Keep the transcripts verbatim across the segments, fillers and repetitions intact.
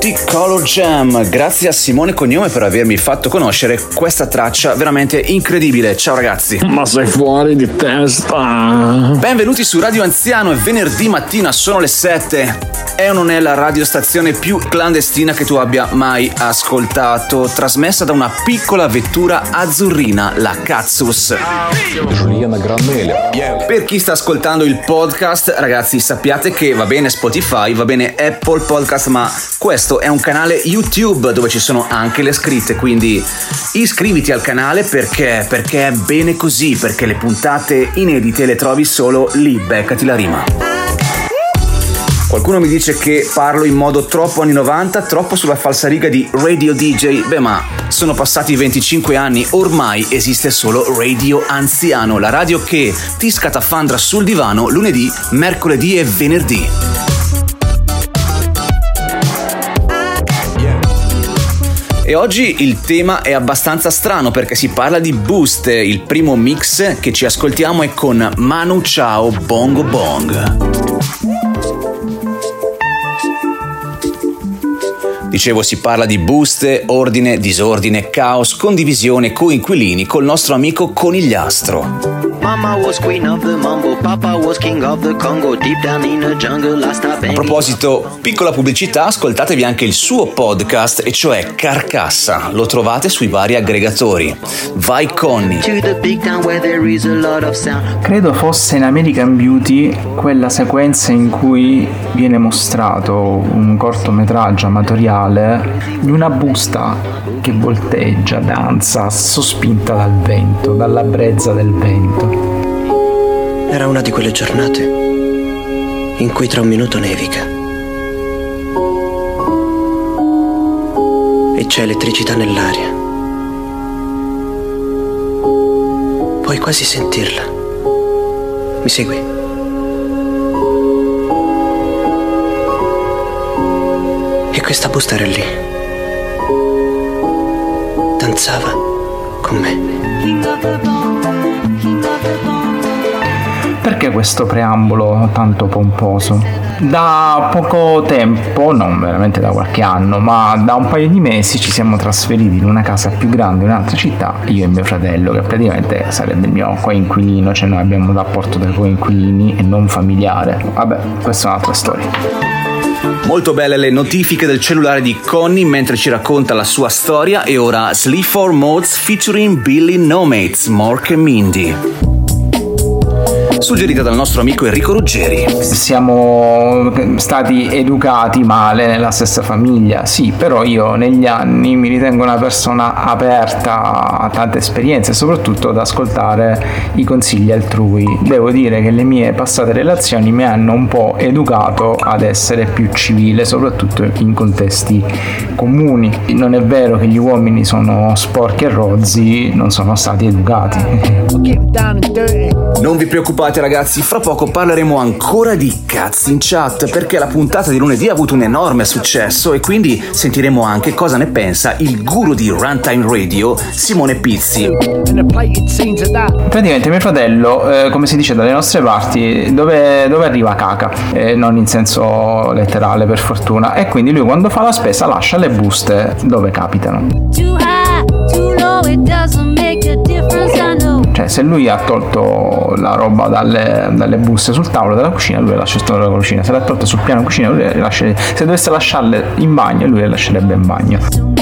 Multicolor Jam. Grazie a Simone Cognome per avermi fatto conoscere questa traccia veramente incredibile. Ciao ragazzi. Ma sei fuori di testa. Benvenuti su Radio Anziano, è venerdì mattina, sono le sette. È o non è la radiostazione più clandestina che tu abbia mai ascoltato, trasmessa da una piccola vettura azzurrina, la Cazzus. Giuliana Granele. Per chi sta ascoltando il podcast, ragazzi, sappiate che va bene Spotify, va bene Apple Podcast, ma questo è un canale YouTube dove ci sono anche le scritte, quindi iscriviti al canale perché perché è bene così, perché le puntate inedite le trovi solo lì, beccati la rima. Qualcuno mi dice che parlo in modo troppo anni novanta, troppo sulla falsariga di Radio D J. Beh, ma sono passati venticinque anni, ormai esiste solo Radio Anziano, la radio che ti scatafandra sul divano lunedì, mercoledì e venerdì. E oggi il tema è abbastanza strano perché si parla di Boost. Il primo mix che ci ascoltiamo è con Manu Chao Bongo Bong. Dicevo, si parla di Boost, ordine, disordine, caos, condivisione, coinquilini col nostro amico Conigliastro. Mama was queen of the mumble, Papa was king of the Congo, deep down in the jungle, last up. A proposito, piccola pubblicità, ascoltatevi anche il suo podcast, e cioè Carcassa. Lo trovate sui vari aggregatori. Vai Conny. Credo fosse in American Beauty quella sequenza in cui viene mostrato un cortometraggio amatoriale di una busta che volteggia, danza, sospinta dal vento, dalla brezza del vento. Era una di quelle giornate in cui tra un minuto nevica e c'è elettricità nell'aria. Puoi quasi sentirla. Mi segui? E questa busta era lì. Danzava con me. Perché questo preambolo tanto pomposo? Da poco tempo, non veramente da qualche anno, ma da un paio di mesi ci siamo trasferiti in una casa più grande in un'altra città, io e mio fratello, che praticamente sarebbe il mio coinquilino, cioè noi abbiamo un rapporto da coinquilini e non familiare. Vabbè, questa è un'altra storia. Molto belle le notifiche del cellulare di Conny mentre ci racconta la sua storia. E ora Sleep for Modes featuring Billy Nomates, Mork e Mindy, suggerita dal nostro amico Enrico Ruggeri. Siamo stati educati male nella stessa famiglia, sì, però io negli anni mi ritengo una persona aperta a tante esperienze, soprattutto ad ascoltare i consigli altrui. Devo dire che le mie passate relazioni mi hanno un po' educato ad essere più civile, soprattutto in contesti comuni. Non è vero che gli uomini sono sporchi e rozzi, non sono stati educati. Non vi preoccupate ragazzi, fra poco parleremo ancora di cazzi in chat, perché la puntata di lunedì ha avuto un enorme successo e quindi sentiremo anche cosa ne pensa il guru di Runtime Radio, Simone Pizzi. Praticamente mio fratello, eh, come si dice dalle nostre parti, dove, dove arriva caca, eh, non in senso letterale per fortuna, e quindi lui quando fa la spesa lascia le buste dove capitano. Too high, too low, it doesn't make a difference, I know. Cioè, se lui ha tolto la roba dalle, dalle buste sul tavolo della cucina, lui le lascia sul tavolo della cucina. Se l'ha tolta sul piano cucina, lui le lascia. Se dovesse lasciarle in bagno, lui le lascerebbe in bagno.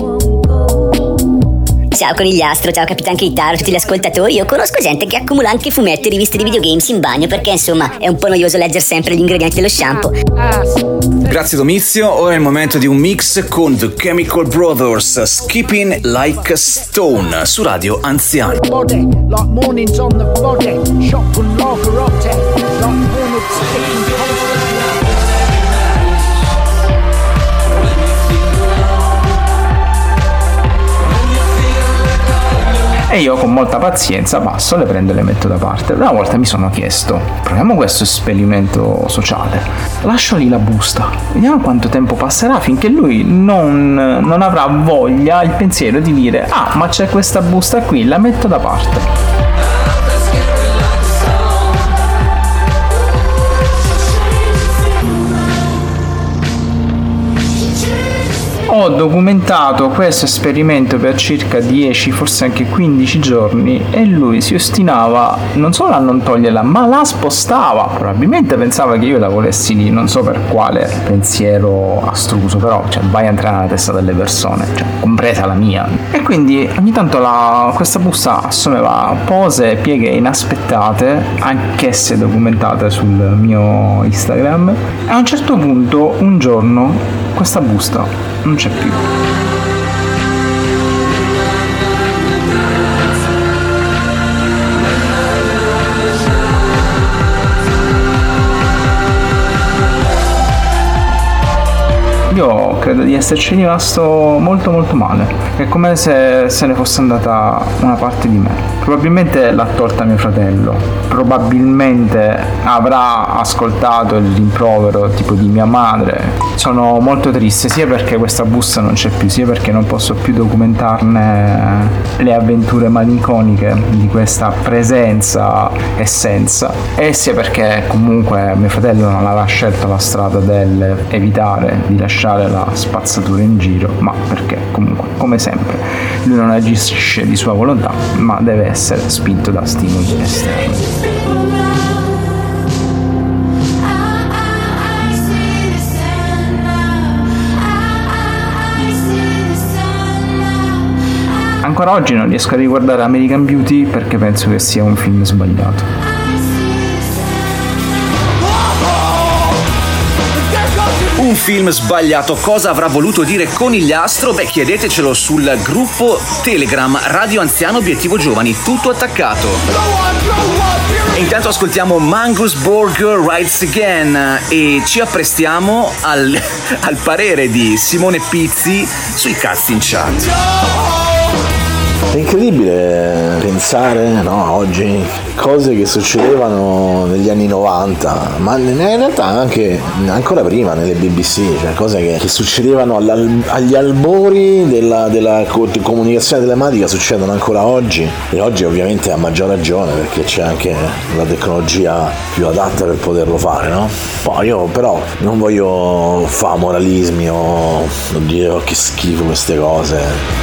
Ciao Conigliastro, ciao Capitan Keitaro, tutti gli ascoltatori. Io conosco gente che accumula anche fumetti e riviste di videogames in bagno, perché insomma è un po' noioso leggere sempre gli ingredienti dello shampoo. Grazie Domizio, ora è il momento di un mix con The Chemical Brothers, Skipping Like a Stone, su Radio Anziano. E io con molta pazienza passo, le prendo e le metto da parte. Una volta mi sono chiesto, proviamo questo esperimento sociale, lascio lì la busta, vediamo quanto tempo passerà finché lui non, non avrà voglia, il pensiero di dire ah, ma c'è questa busta qui, la metto da parte. ho documentato questo esperimento per circa dieci, forse anche quindici giorni, e lui si ostinava non solo a non toglierla, ma la spostava. Probabilmente pensava che io la volessi lì, non so per quale pensiero astruso, però cioè, vai a entrare nella testa delle persone, cioè, compresa la mia. E quindi ogni tanto la, questa busta assumeva pose e pieghe inaspettate, anch'esse documentate sul mio Instagram, e a un certo punto un giorno questa busta non c'è più. Io credo di esserci rimasto molto molto male. È come se se ne fosse andata una parte di me. Probabilmente l'ha tolta mio fratello, probabilmente avrà ascoltato il rimprovero tipo di mia madre. Sono molto triste sia perché questa busta non c'è più, sia perché non posso più documentarne le avventure malinconiche di questa presenza essenza, e sia perché comunque mio fratello non aveva scelto la strada del evitare di lasciare la spazzatura in giro, ma perché comunque, come sempre, lui non agisce di sua volontà, ma deve essere spinto da stimoli esterni. Ancora oggi non riesco a riguardare American Beauty perché penso che sia un film sbagliato. Un film sbagliato, cosa avrà voluto dire Conigliastro? Beh, chiedetecelo sul gruppo Telegram Radio Anziano Obiettivo Giovani, tutto attaccato. E intanto ascoltiamo Mangus Burger Rides Again e ci apprestiamo al, al parere di Simone Pizzi sui cazzi in chat. È incredibile pensare, no, oggi cose che succedevano negli anni novanta, ma in realtà anche ancora prima nelle B B C, cioè cose che, che succedevano agli albori della, della comunicazione telematica succedono ancora oggi, e oggi ovviamente a maggior ragione perché c'è anche la tecnologia più adatta per poterlo fare, no? Poi io però non voglio fare moralismi o dire oh, che schifo queste cose.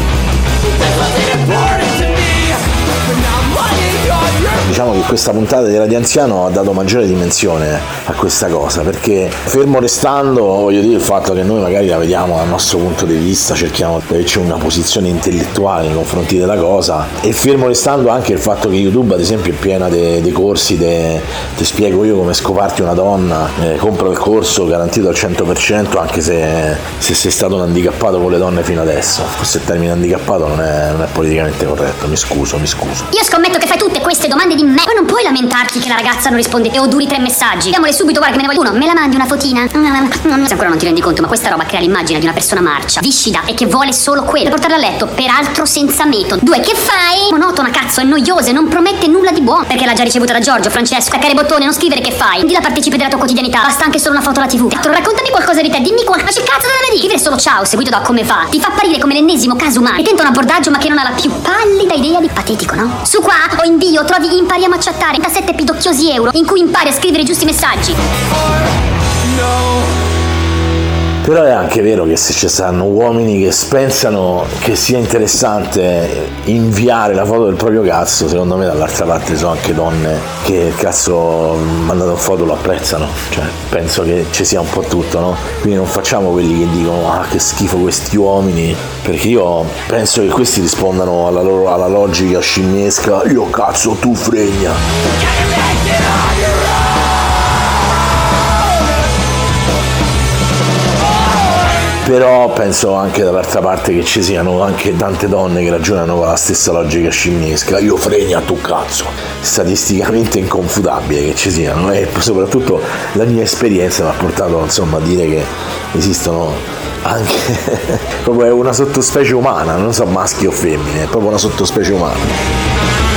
Diciamo che questa puntata di Radio Anziano ha dato maggiore dimensione a questa cosa, perché fermo restando, voglio dire, il fatto che noi magari la vediamo dal nostro punto di vista, cerchiamo di averci una posizione intellettuale nei confronti della cosa, e fermo restando anche il fatto che YouTube ad esempio è piena dei corsi, ti spiego io come scoparti una donna, eh, compra il corso garantito al cento per cento anche se, se sei stato un handicappato con le donne fino adesso. Forse il termine handicappato non è, non è politicamente corretto, mi scuso, mi scuso. Io scommetto che fai tutte queste domande di me, poi non puoi lamentarti che la ragazza non risponde e o duri tre messaggi. Diamole subito, guarda che me ne voglio uno. Me la mandi una fotina? Se ancora non ti rendi conto, ma questa roba crea l'immagine di una persona marcia, viscida e che vuole solo quello, per portarla a letto, peraltro senza metodo. Due, che fai? Monotona, cazzo, è noiosa e non promette nulla di buono, perché l'ha già ricevuta da Giorgio, Francesco. Attaccare bottone, non scrivere che fai. Di la partecipi della tua quotidianità, basta anche solo una foto alla tivù. Quattro, raccontami qualcosa di te, dimmi qua. Ma che cazzo deve dire? Scrivere solo ciao, seguito da come fa, ti fa apparire come l'ennesimo caso umano che tenta un abbordaggio ma che non ha la più pallida idea di patetico, no? Su qua o invio, trovi impariamo a chattare da sette pidocchiosi euro in cui impari a scrivere i giusti messaggi. Però è anche vero che se ci saranno uomini che pensano che sia interessante inviare la foto del proprio cazzo, secondo me dall'altra parte ci sono anche donne che il cazzo mandato in foto lo apprezzano, cioè penso che ci sia un po' tutto, no? Quindi non facciamo quelli che dicono ah che schifo questi uomini, perché io penso che questi rispondano alla loro alla logica scimmiesca io cazzo tu fregna. Però penso anche dall'altra parte che ci siano anche tante donne che ragionano con la stessa logica scimmiesca, io fregna tu cazzo, statisticamente inconfutabile che ci siano, e soprattutto la mia esperienza mi ha portato insomma a dire che esistono anche proprio una sottospecie umana, non so maschi o femmine, è proprio una sottospecie umana.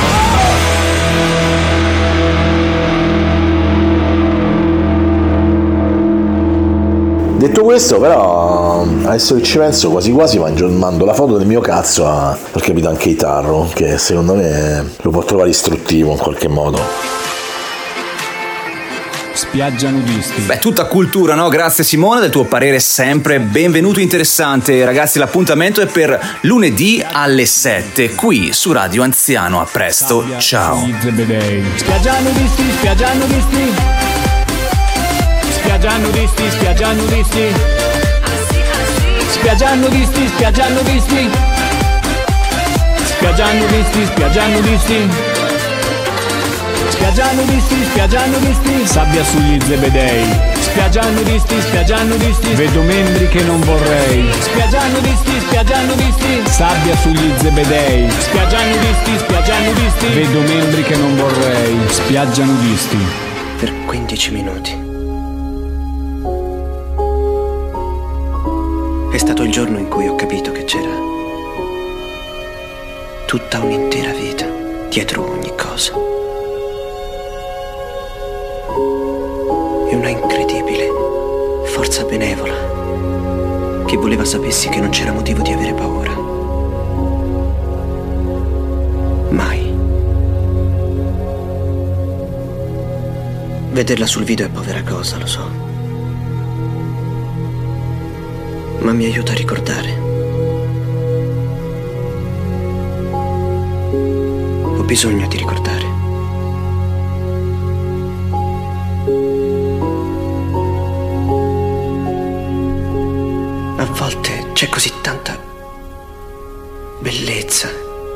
Detto questo, però, adesso che ci penso, quasi quasi mando la foto del mio cazzo a, al Capitan Keitarro, che secondo me lo può trovare istruttivo in qualche modo. spiaggia nudisti. Beh, tutta cultura, no? Grazie Simone del tuo parere sempre benvenuto, interessante. Ragazzi, l'appuntamento è per lunedì alle sette qui su Radio Anziano. A presto, ciao. Spiaggia nudisti, spiaggia nudisti. Spiaggia nudisti, spiaggia nudisti. Spiaggia nudisti, spiaggia nudisti. Spiaggia nudisti, spiaggia nudisti. Spiaggia nudisti, spiaggia nudisti. Sabbia sugli zebedei. Spiaggia nudisti, spiaggia nudisti. Vedo membri che non vorrei. Spiaggia nudisti, spiaggia nudisti. Sabbia sugli zebedei. Spiaggia nudisti, spiaggia nudisti. Vedo membri che non vorrei. Spiaggia nudisti. Per quindici minuti. È stato il giorno in cui ho capito che c'era tutta un'intera vita dietro ogni cosa. E una incredibile forza benevola che voleva sapessi che non c'era motivo di avere paura. Mai. Vederla sul video è povera cosa, lo so. Ma mi aiuta a ricordare. Ho bisogno di ricordare. A volte c'è così tanta bellezza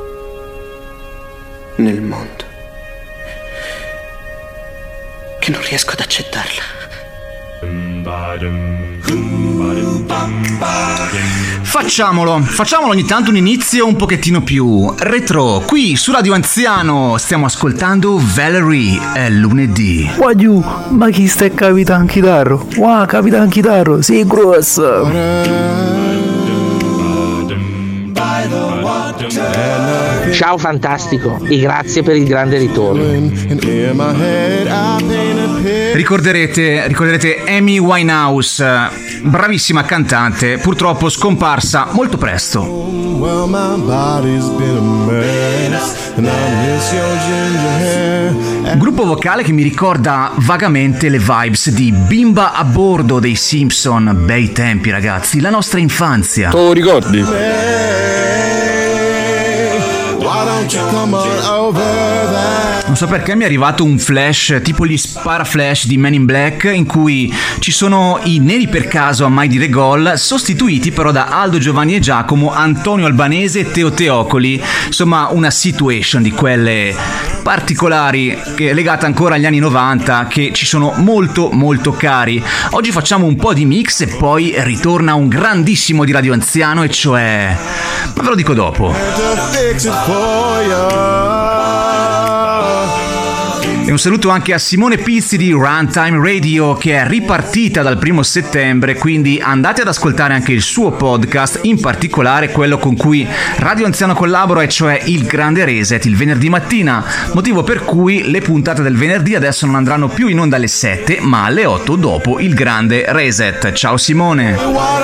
nel mondo che non riesco ad accettarla. Facciamolo, facciamolo ogni tanto un inizio un pochettino più retro. Qui su Radio Anziano stiamo ascoltando Valerie, è lunedì. Guagliù, ma chi sta Capitan Chitarro? Wow, Capitan Chitarro, sei grosso. Ciao fantastico e grazie per il grande ritorno. Ricorderete, ricorderete Amy Winehouse, bravissima cantante, purtroppo scomparsa molto presto. Gruppo vocale che mi ricorda vagamente le vibes di Bimba a bordo dei Simpson, bei tempi ragazzi, la nostra infanzia. Tu lo ricordi? Non so perché mi è arrivato un flash tipo gli spara flash di Men in Black, in cui ci sono i neri per caso a mai dire gol, sostituiti però da Aldo, Giovanni e Giacomo, Antonio Albanese e Teo Teocoli. Insomma, una situation di quelle particolari che è legata ancora agli anni novanta, che ci sono molto molto cari. Oggi facciamo un po' di mix e poi ritorna un grandissimo di Radio Anziano, e cioè, ma ve lo dico dopo. E un saluto anche a Simone Pizzi di Runtime Radio, che è ripartita dal primo settembre, quindi andate ad ascoltare anche il suo podcast, in particolare quello con cui Radio Anziano collabora, e cioè Il Grande Reset, il venerdì mattina, motivo per cui le puntate del venerdì adesso non andranno più in onda alle sette ma alle otto dopo Il Grande Reset. Ciao Simone.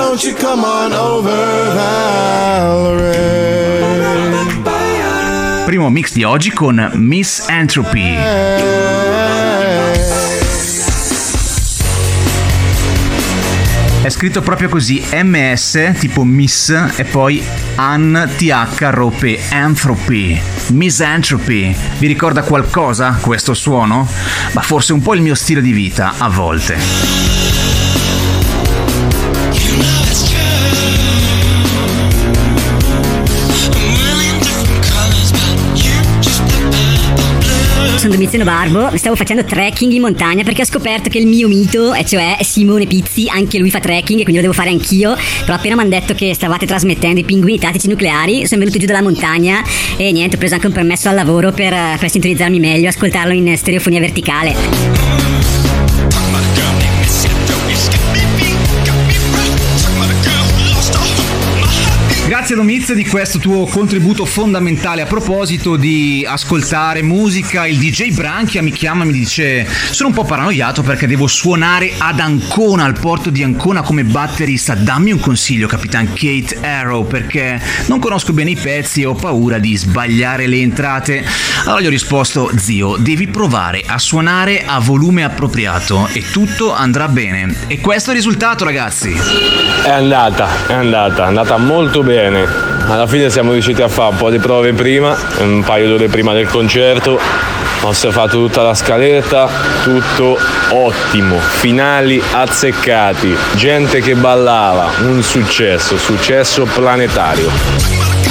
Primo mix di oggi con Miss Entropy. È scritto proprio così, M S tipo Miss e poi An T H R O P, Entropy, Miss Entropy. Vi ricorda qualcosa questo suono? Ma forse un po' il mio stile di vita a volte. Sono Domiziano Barbo, stavo facendo trekking in montagna perché ho scoperto che il mio mito, e cioè Simone Pizzi, anche lui fa trekking e quindi lo devo fare anch'io. Però appena mi hanno detto che stavate trasmettendo i pinguini tattici nucleari, sono venuto giù dalla montagna e niente, ho preso anche un permesso al lavoro per, per sintonizzarmi meglio, ascoltarlo in stereofonia verticale. grazie Domiz di questo tuo contributo fondamentale. A proposito di ascoltare musica, il D J Branchia mi chiama e mi dice: sono un po' paranoiato perché devo suonare ad Ancona, al porto di Ancona come batterista. Dammi un consiglio, Capitan Kate Arrow, perché non conosco bene i pezzi e ho paura di sbagliare le entrate. Allora gli ho risposto: zio, devi provare a suonare a volume appropriato e tutto andrà bene. E questo è il risultato, ragazzi. È andata, è andata, è andata molto bene. Alla fine siamo riusciti a fare un po' di prove prima, un paio d'ore prima del concerto. Ho osservato tutta la scaletta, tutto ottimo, finali azzeccati, gente che ballava, un successo, successo planetario.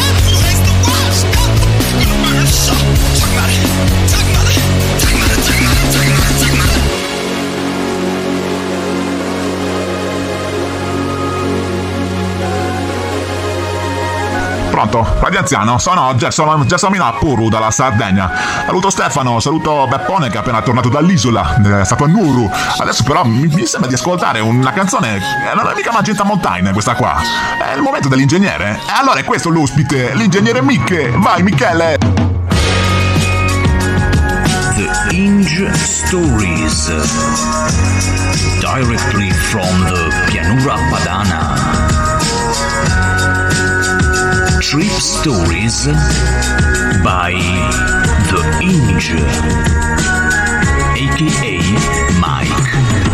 Pronto? Radio Anziano, sono Gerson, Gelsomina Puru dalla Sardegna. Saluto Stefano, saluto Beppone che è appena tornato dall'isola, è stato a Nuru. Adesso però mi, mi sembra di ascoltare una canzone, non è mica Magenta Mountain questa qua. È il momento dell'ingegnere. E allora è questo l'ospite, l'ingegnere Micche. Vai Michele! The Inge Stories, directly from the Pianura Padana. Trip Stories by The Inge, a k a. Mike.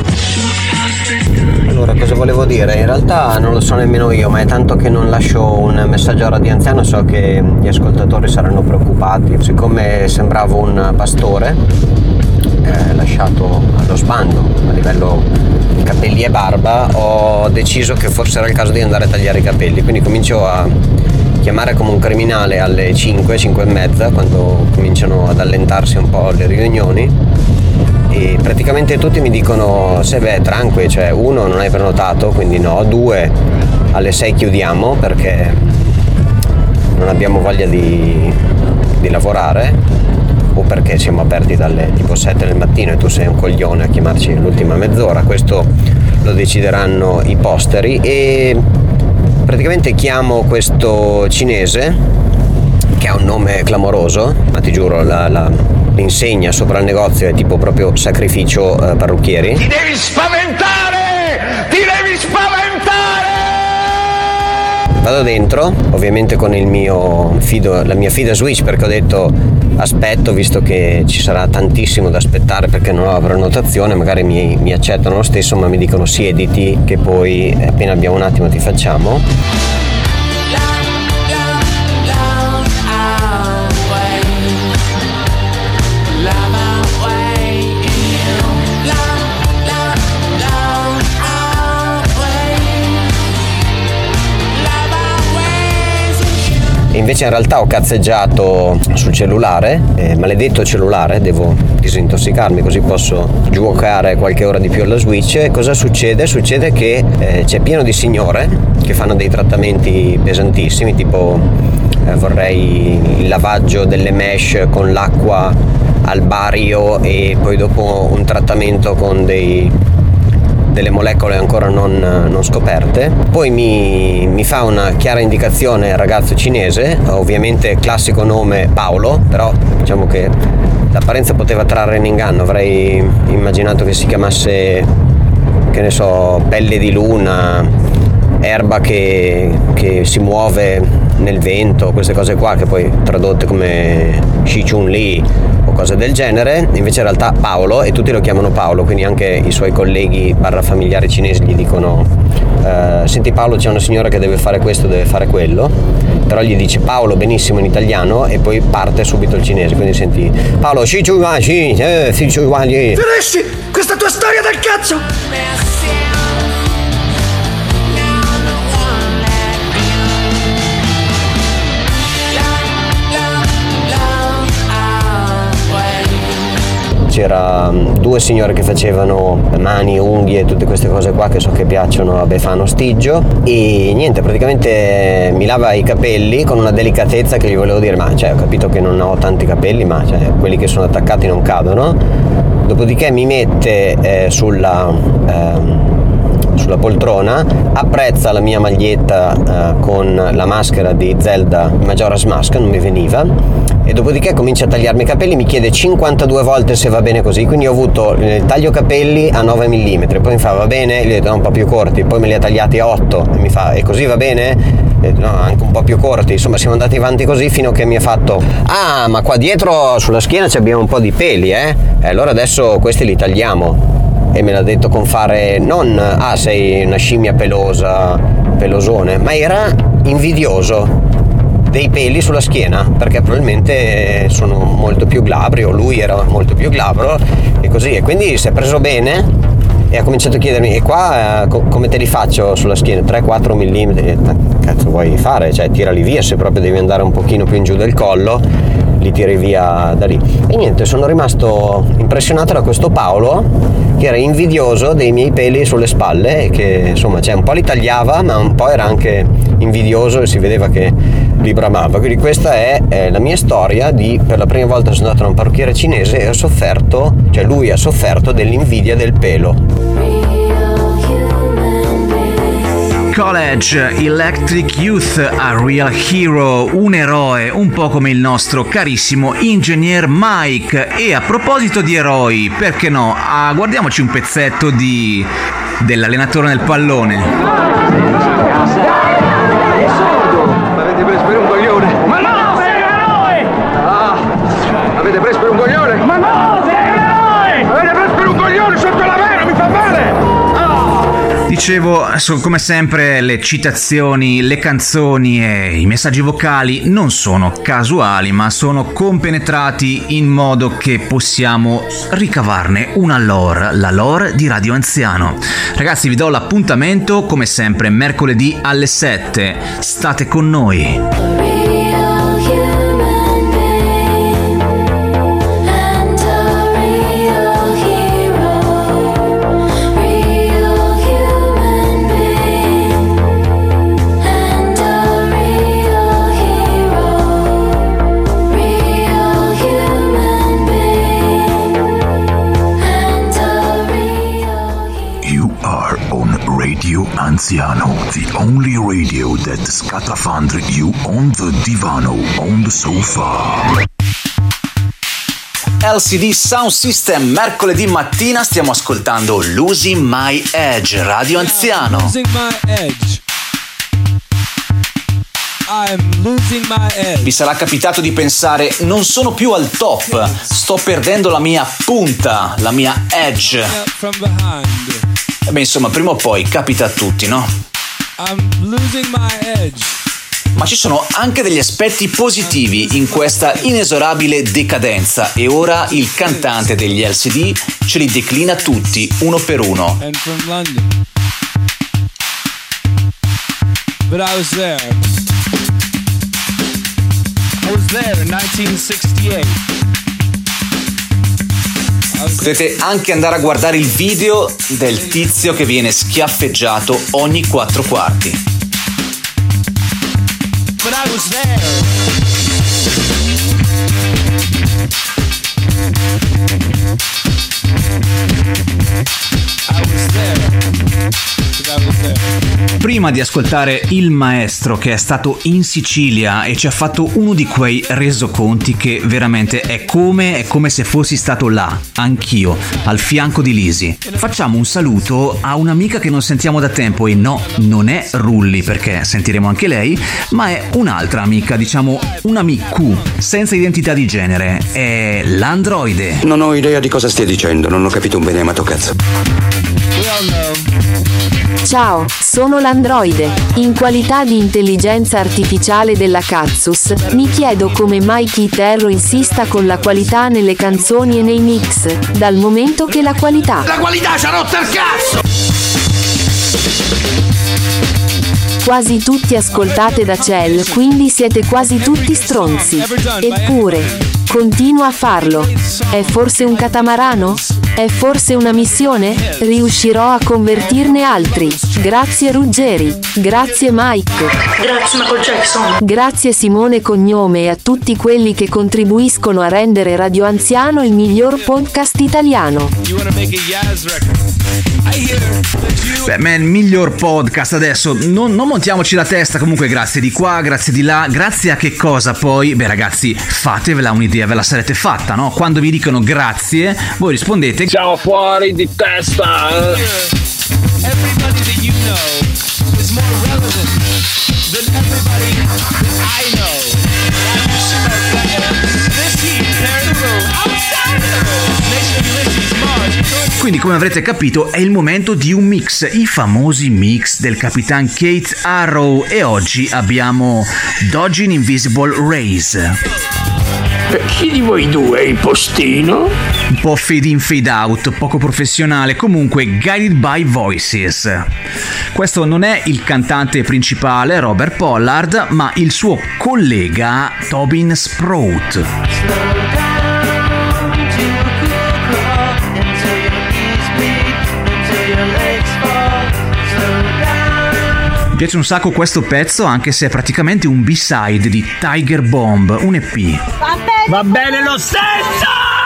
Allora, cosa volevo dire? In realtà non lo so nemmeno io, ma è tanto che non lascio un messaggio a Radio Anziano, so che gli ascoltatori saranno preoccupati. Siccome sembravo un pastore, eh, lasciato allo sbando a livello capelli e barba, ho deciso che forse era il caso di andare a tagliare i capelli, quindi comincio a chiamare come un criminale alle cinque, cinque e mezza, quando cominciano ad allentarsi un po' le riunioni, e praticamente tutti mi dicono: se beh, tranqui, cioè uno, non hai prenotato, quindi no, due, alle sei chiudiamo perché non abbiamo voglia di, di lavorare, o perché siamo aperti dalle tipo sette del mattino e tu sei un coglione a chiamarci l'ultima mezz'ora. Questo lo decideranno i posteri. E praticamente chiamo questo cinese che ha un nome clamoroso, ma ti giuro, la, la, l'insegna sopra il negozio è tipo proprio sacrificio eh, parrucchieri. Ti devi spaventare! Ti devi spaventare! Vado dentro, ovviamente con il mio fido, la mia fida switch, perché ho detto aspetto, visto che ci sarà tantissimo da aspettare perché non ho la prenotazione, magari mi, mi accettano lo stesso, ma mi dicono siediti che poi appena abbiamo un attimo ti facciamo. Invece in realtà ho cazzeggiato sul cellulare, eh, maledetto cellulare, devo disintossicarmi così posso giocare qualche ora di più alla Switch. E cosa succede? Succede che eh, c'è pieno di signore che fanno dei trattamenti pesantissimi, tipo eh, vorrei il lavaggio delle mesh con l'acqua al bario e poi dopo un trattamento con dei delle molecole ancora non, non scoperte. Poi mi, mi fa una chiara indicazione il ragazzo cinese, ovviamente classico nome Paolo, però diciamo che l'apparenza poteva trarre in inganno. Avrei immaginato che si chiamasse, che ne so, pelle di luna, erba che, che si muove nel vento, queste cose qua, che poi tradotte come Shi Chun Li o cose del genere. Invece in realtà Paolo, e tutti lo chiamano Paolo, quindi anche i suoi colleghi barra familiari cinesi gli dicono eh, senti Paolo, c'è una signora che deve fare questo, deve fare quello, però gli dice Paolo benissimo in italiano e poi parte subito il cinese, quindi senti Paolo Shi Chun Li, eh, Shi Chun Li. Finisci questa tua storia del cazzo! C'era due signore che facevano mani, unghie e tutte queste cose qua che so che piacciono a Befano Stigio, e niente, praticamente mi lava i capelli con una delicatezza che gli volevo dire, ma cioè ho capito che non ho tanti capelli, ma cioè, quelli che sono attaccati non cadono. Dopodiché mi mette eh, sulla, eh, sulla sulla poltrona, apprezza la mia maglietta eh, con la maschera di Zelda Majora's Mask, non mi veniva, e dopodiché comincia a tagliarmi i capelli, mi chiede cinquantadue volte se va bene così, quindi ho avuto il taglio capelli a nove millimetri, poi mi fa va bene, gli ho detto no, un po' più corti, poi me li ha tagliati a otto e mi fa e così va bene? No, anche un po' più corti, insomma siamo andati avanti così fino a che mi ha fatto ah ma qua dietro sulla schiena abbiamo un po' di peli eh e allora adesso questi li tagliamo, e me l'ha detto con fare non ah sei una scimmia pelosa pelosone, ma era invidioso dei peli sulla schiena, perché probabilmente sono molto più glabri, o lui era molto più glabro e così, e quindi si è preso bene e ha cominciato a chiedermi e qua eh, co- come te li faccio sulla schiena, tre quattro millimetri, e, cazzo vuoi fare, cioè tirali via, se proprio devi andare un pochino più in giù del collo li tiri via da lì. E niente, sono rimasto impressionato da questo Paolo che era invidioso dei miei peli sulle spalle e che insomma cioè, un po' li tagliava ma un po' era anche invidioso e si vedeva che li bramava. Quindi questa è, è la mia storia di per la prima volta sono andato da un parrucchiere cinese e ho sofferto, cioè lui ha sofferto dell'invidia del pelo. College Electric Youth, a real hero, un eroe, un po' come il nostro carissimo ingegner Mike. E a proposito di eroi, perché no, ah, guardiamoci un pezzetto di dell'allenatore nel pallone. M'avete preso per un coglione? Ma no, sei un eroe! Ah, avete preso per un coglione? Ma no, sei un eroe! Avete preso per un coglione sotto la mano, mi fa male! Dicevo, come sempre le citazioni, le canzoni e i messaggi vocali non sono casuali, ma sono compenetrati in modo che possiamo ricavarne una lore, la lore di Radio Anziano. Ragazzi, vi do l'appuntamento come sempre mercoledì alle sette. State con noi. Radio Anziano, the only radio that scatafandri you on the divano, on the sofa. L C D Sound System, mercoledì mattina stiamo ascoltando Losing My Edge, Radio Anziano. Losing my edge. I'm losing my edge. Vi sarà capitato di pensare non sono più al top, sto perdendo la mia punta, la mia edge. From behind. E beh, insomma, prima o poi capita a tutti, no? I'm losing my edge. Ma ci sono anche degli aspetti positivi in questa inesorabile decadenza e ora il cantante degli L C D ce li declina tutti, uno per uno. And from London. But I was there. I was there in nineteen sixty-eight. Potete anche andare a guardare il video del tizio che viene schiaffeggiato ogni quattro quarti. But I was there. I was there. I was there. Prima di ascoltare il maestro che è stato in Sicilia e ci ha fatto uno di quei resoconti che veramente è come, è come se fossi stato là, anch'io, al fianco di Lisi. Facciamo un saluto a un'amica che non sentiamo da tempo e no, non è Rulli perché sentiremo anche lei, ma è un'altra amica, diciamo un'amicu, senza identità di genere, è l'androide. Non ho idea di cosa stia dicendo, non ho capito un bene ma cazzo. Ciao, sono l'androide. In qualità di intelligenza artificiale della Cazzus, mi chiedo come mai Kid Terro insista con la qualità nelle canzoni e nei mix, dal momento che la qualità... La qualità ci ha rotto il cazzo! Quasi tutti ascoltate da Cell, quindi siete quasi tutti stronzi. Eppure, continua a farlo. È forse un catamarano? È forse una missione? Riuscirò a convertirne altri. Grazie Ruggeri. Grazie Mike. Grazie Michael Jackson. Grazie Simone Cognome e a tutti quelli che contribuiscono a rendere Radio Anziano il miglior podcast italiano. You wanna make a Yaz record? Beh, man, miglior podcast adesso. Non, non montiamoci la testa, comunque grazie di qua, grazie di là. Grazie a che cosa poi? Beh ragazzi, fatevela un'idea, ve la sarete fatta, no? Quando vi dicono grazie, voi rispondete: siamo fuori di testa. Everybody that you know is more relevant than everybody that I know. Like you should know better. This heat, they're in the room. Outsiders! Nation Ulysses, Mars. Quindi, come avrete capito, è il momento di un mix, i famosi mix del Capitan Kate Arrow, e oggi abbiamo Dodging Invisible Rays. Per chi di voi due è il postino? Un po' fade in fade out, poco professionale, comunque Guided by Voices. Questo non è il cantante principale Robert Pollard, ma il suo collega Tobin Sprout. Mi piace un sacco questo pezzo, anche se è praticamente un B-side di Tiger Bomb, un E P. Va bene, Va bene lo stesso!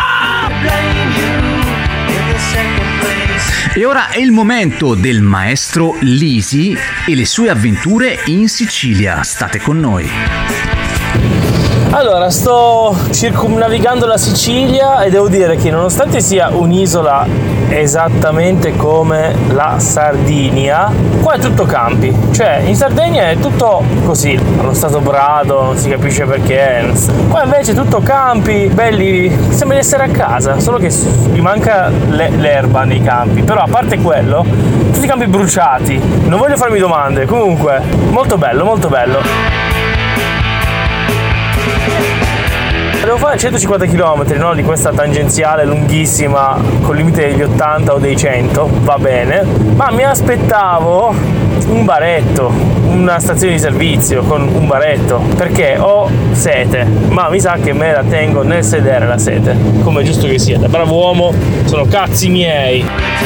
E ora è il momento del maestro Lisi e le sue avventure in Sicilia. State con noi. Allora, sto circumnavigando la Sicilia e devo dire che nonostante sia un'isola esattamente come la Sardinia, qua è tutto campi. Cioè, in Sardegna è tutto così, allo stato brado, non si capisce perché. Qua invece è tutto campi, belli, sembra di essere a casa, solo che mi manca le, l'erba nei campi. Però a parte quello, tutti i campi bruciati. Non voglio farmi domande, comunque, molto bello, molto bello. Devo fare centocinquanta chilometri, no? Di questa tangenziale lunghissima col limite degli ottanta o dei cento, va bene, ma mi aspettavo un baretto, una stazione di servizio con un baretto, perché ho sete, ma mi sa che me la tengo nel sedere la sete, come è giusto che sia. Da bravo uomo, sono cazzi miei.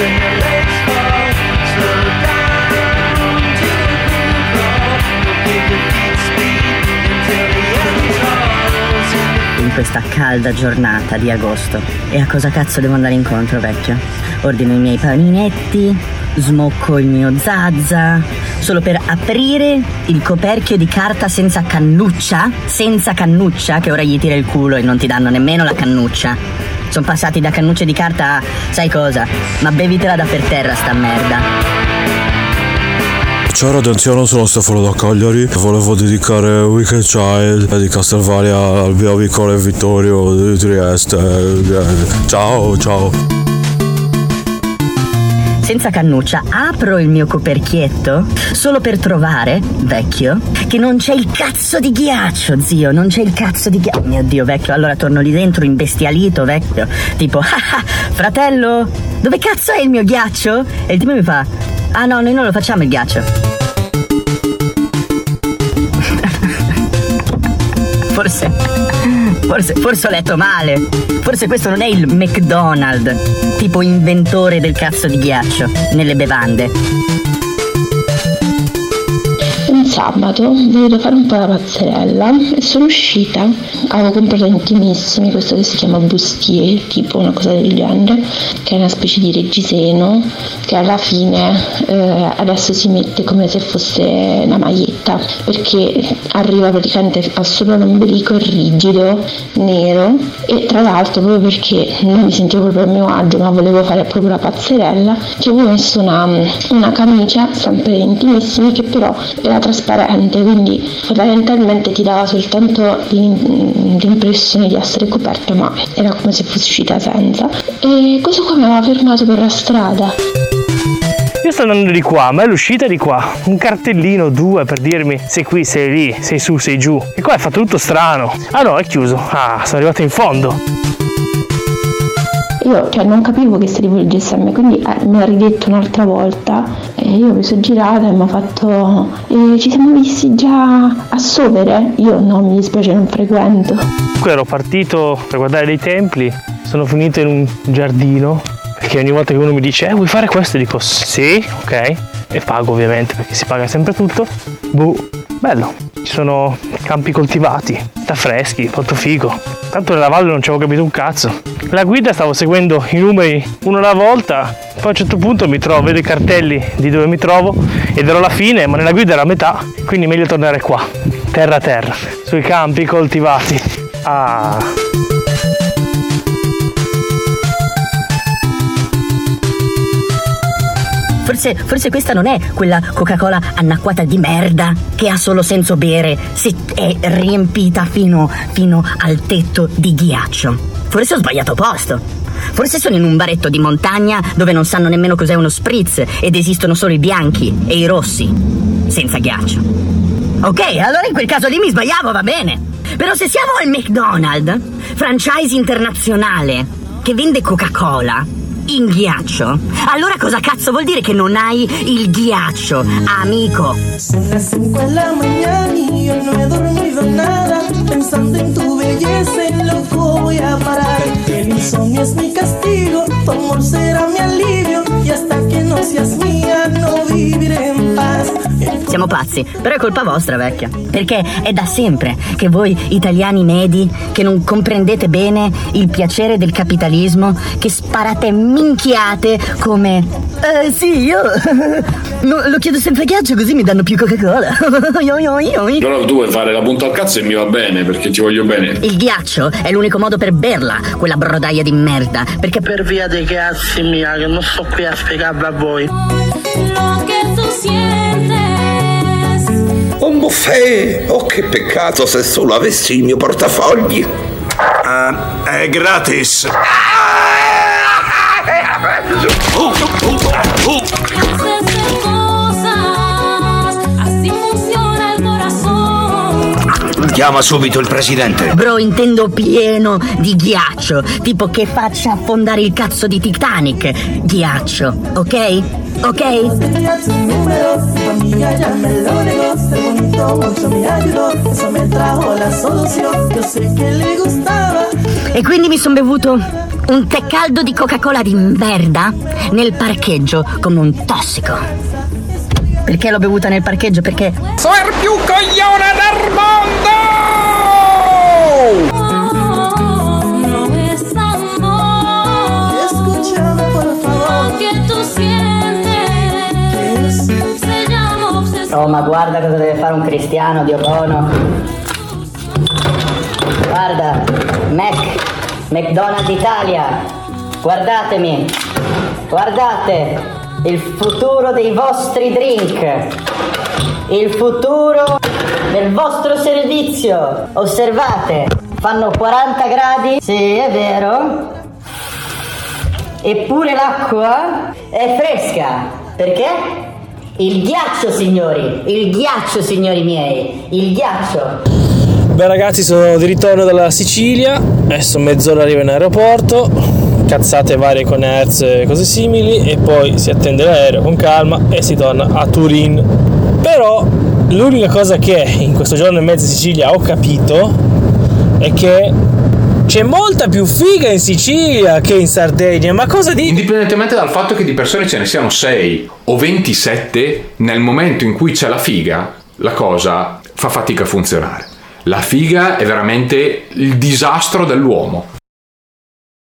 In questa calda giornata di agosto. E a cosa cazzo devo andare incontro, vecchio? Ordino i miei paninetti, smocco il mio zazza, solo per aprire il coperchio di carta senza cannuccia, senza cannuccia, che ora gli tira il culo e non ti danno nemmeno la cannuccia. Sono passati da cannucce di carta a, sai cosa? Ma bevitela da per terra sta merda. Ciao Redenziano, sono Stefano da Cagliari e volevo dedicare Wicked Child di Castelvaria al mio amico Vittorio di Trieste. Ciao, ciao. Senza cannuccia apro il mio coperchietto solo per trovare, vecchio, che non c'è il cazzo di ghiaccio, zio, non c'è il cazzo di ghiaccio. Mio Dio, vecchio, allora torno lì dentro imbestialito, vecchio, tipo, ah, fratello, dove cazzo è il mio ghiaccio? E il tipo mi fa, ah no, noi non lo facciamo il ghiaccio. Forse, forse, forse ho letto male. Forse questo non è il McDonald's, tipo inventore del cazzo di ghiaccio nelle bevande. Un sabato vedo fare un po' la pazzerella e sono uscita. Avevo comprato intimissimi questo che si chiama bustier, tipo una cosa del genere, che è una specie di reggiseno che alla fine eh, adesso si mette come se fosse una maglietta, perché arriva praticamente a solo l'ombelico, è rigido, nero, e tra l'altro proprio perché non mi sentivo proprio a mio agio ma volevo fare proprio la pazzerella, ci avevo messo una, una camicia sempre intimissimi che però era trasparente, quindi fondamentalmente ti dava soltanto l'impressione di essere coperta, ma era come se fosse uscita senza. E questo qua mi aveva fermato per la strada. Io sto andando di qua, ma è l'uscita di qua. Un cartellino, due, per dirmi sei qui, sei lì, sei su, sei giù. E qua è fatto tutto strano. Ah no, è chiuso. Ah, sono arrivato in fondo. Io cioè, non capivo che si rivolgesse a me, quindi eh, me l'ha ridetto un'altra volta e io mi sono girata e mi ha fatto eh, ci siamo visti già a Sovere? Io no, mi dispiace, non frequento. Qui ero partito per guardare dei templi, sono finito in un giardino, perché ogni volta che uno mi dice eh vuoi fare questo? Dico sì, ok, e pago ovviamente perché si paga sempre tutto. Boh, bello. ci sono campi coltivati, da freschi, molto figo. Tanto nella valle non ci avevo capito un cazzo. La guida stavo seguendo i numeri uno alla volta, poi a un certo punto mi trovo, vedo i cartelli di dove mi trovo ed ero alla fine, ma nella guida era a metà, quindi meglio tornare qua, terra a terra, sui campi coltivati. Ah... Forse, forse questa non è quella Coca-Cola annacquata di merda che ha solo senso bere se è riempita fino, fino al tetto di ghiaccio. Forse ho sbagliato posto. Forse sono in un baretto di montagna dove non sanno nemmeno cos'è uno spritz ed esistono solo i bianchi e i rossi, senza ghiaccio. Ok, allora in quel caso lì mi sbagliavo, va bene. Però se siamo al McDonald's, franchise internazionale, che vende Coca-Cola in ghiaccio, allora cosa cazzo vuol dire che non hai il ghiaccio, amico? Son las cinco de la mañana y yo no he dormido nada, pensando en tu belleza y loco voy a parar. El insomnio es mi castigo, tu amor será mi alivio y hasta que no seas mía no viviré en paz. Siamo pazzi, però è colpa vostra, vecchia. Perché è da sempre che voi italiani medi, che non comprendete bene il piacere del capitalismo, che sparate minchiate come eh sì, io no, lo chiedo senza ghiaccio così mi danno più Coca-Cola. Però tu vuoi fare la punta al cazzo e mi va bene, perché ti voglio bene. Il ghiaccio è l'unico modo per berla, quella brodaia di merda. Perché per via dei cazzi mia, che non sto qui a spiegarvi a voi. Lo che tu sientes. Un buffet! Oh, che peccato se solo avessi il mio portafogli. Uh, è gratis. Uh, uh, uh, uh. Chiama subito il presidente. Bro, intendo pieno di ghiaccio, tipo che faccia affondare il cazzo di Titanic. Ghiaccio, ok? Ok? E quindi mi son bevuto un tè caldo di Coca-Cola di merda nel parcheggio come un tossico. Perché l'ho bevuta nel parcheggio? Perché sono il più coglione del mondo! Oh, ma guarda cosa deve fare un cristiano, Dio buono. Guarda, Mac, McDonald's Italia. Guardatemi. Guardate. Il futuro dei vostri drink, il futuro del vostro servizio. Osservate, fanno quaranta gradi, sì è vero, eppure l'acqua è fresca. Perché? Il ghiaccio, signori, il ghiaccio, signori miei, il ghiaccio. Beh ragazzi, sono di ritorno dalla Sicilia, adesso mezz'ora arrivo in aeroporto, cazzate varie con Hertz e cose simili, e poi si attende l'aereo con calma e si torna a Turin. Però l'unica cosa che in questo giorno e mezzo in Sicilia ho capito è che c'è molta più figa in Sicilia che in Sardegna. Ma cosa dici? Indipendentemente dal fatto che di persone ce ne siano sei o ventisette, nel momento in cui c'è la figa, la cosa fa fatica a funzionare. La figa è veramente il disastro dell'uomo.